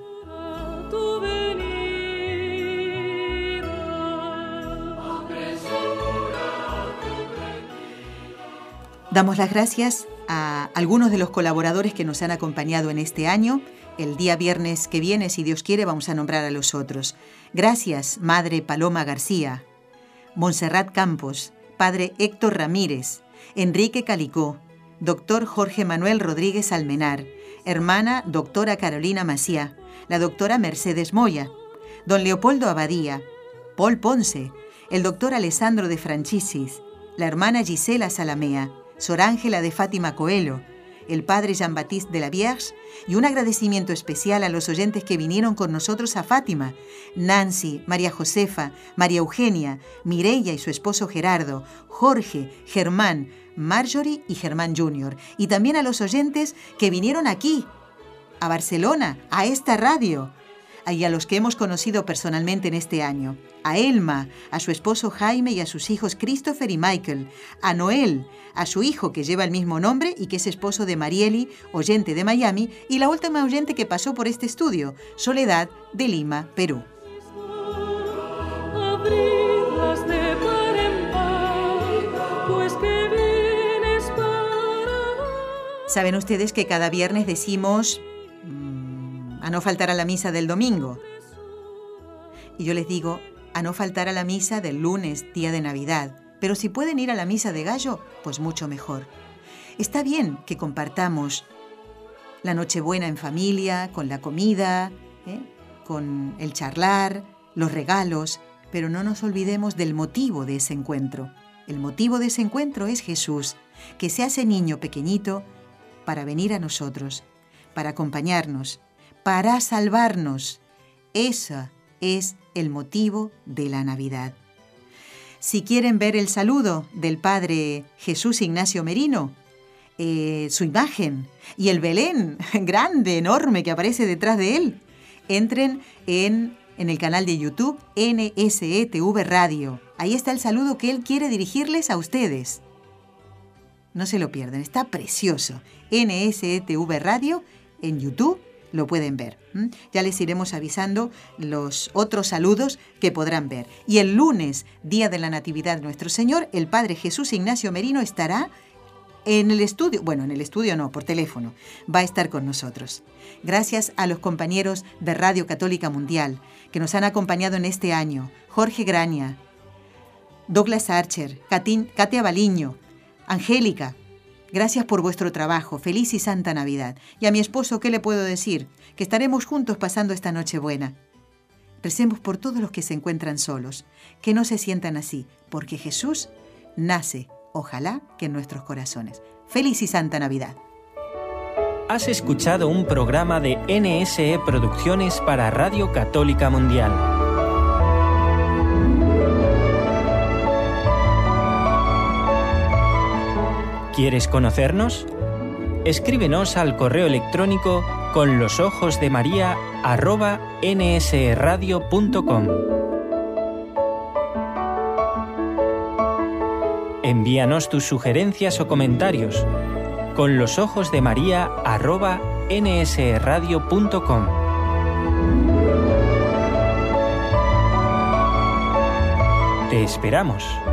Damos las gracias a algunos de los colaboradores que nos han acompañado en este año. El día viernes que viene, si Dios quiere, vamos a nombrar a los otros. Gracias, Madre Paloma García, Montserrat Campos, Padre Héctor Ramírez, Enrique Calicó, Doctor Jorge Manuel Rodríguez Almenar, Hermana Doctora Carolina Maciá, la Doctora Mercedes Moya, Don Leopoldo Abadía, Paul Ponce, el Doctor Alessandro de Franchisis, la Hermana Gisela Salamea, Sor Ángela de Fátima Coelho, el Padre Jean-Baptiste de la Vierge, y un agradecimiento especial a los oyentes que vinieron con nosotros a Fátima: Nancy, María Josefa, María Eugenia, Mireia y su esposo Gerardo, Jorge, Germán, Marjorie y Germán Jr. Y también a los oyentes que vinieron aquí, a Barcelona, a esta radio, y a los que hemos conocido personalmente en este año: a Elma, a su esposo Jaime y a sus hijos Christopher y Michael, a Noel, a su hijo que lleva el mismo nombre y que es esposo de Marieli, oyente de Miami, y la última oyente que pasó por este estudio, Soledad, de Lima, Perú. Saben ustedes que cada viernes decimos a no faltar a la misa del domingo. Y yo les digo, a no faltar a la misa del lunes, día de Navidad. Pero si pueden ir a la misa de gallo, pues mucho mejor. Está bien que compartamos la Nochebuena en familia, con la comida, con el charlar, los regalos, pero no nos olvidemos del motivo de ese encuentro. El motivo de ese encuentro es Jesús, que se hace niño pequeñito para venir a nosotros, para acompañarnos, para salvarnos. Ese es el motivo de la Navidad. Si quieren ver el saludo del Padre Jesús Ignacio Merino, su imagen y el Belén grande, enorme que aparece detrás de él, entren en el canal de YouTube NSE-TV Radio. Ahí está el saludo que él quiere dirigirles a ustedes. No se lo pierdan, está precioso. NSE-TV Radio en YouTube. Lo pueden ver. Ya les iremos avisando los otros saludos que podrán ver. Y el lunes, día de la Natividad de Nuestro Señor, el Padre Jesús Ignacio Merino estará en el estudio. Bueno, en el estudio no, por teléfono. Va a estar con nosotros. Gracias a los compañeros de Radio Católica Mundial que nos han acompañado en este año. Jorge Graña, Douglas Archer, Katia Baliño, Angélica. Gracias por vuestro trabajo. Feliz y santa Navidad. Y a mi esposo, ¿qué le puedo decir? Que estaremos juntos pasando esta Nochebuena. Recemos por todos los que se encuentran solos, que no se sientan así, porque Jesús nace, ojalá que en nuestros corazones. Feliz y santa Navidad. Has escuchado un programa de NSE Producciones para Radio Católica Mundial. ¿Quieres conocernos? Escríbenos al correo electrónico conlosojosdemaria@nsradio.com. Envíanos tus sugerencias o comentarios conlosojosdemaria@nsradio.com. Te esperamos.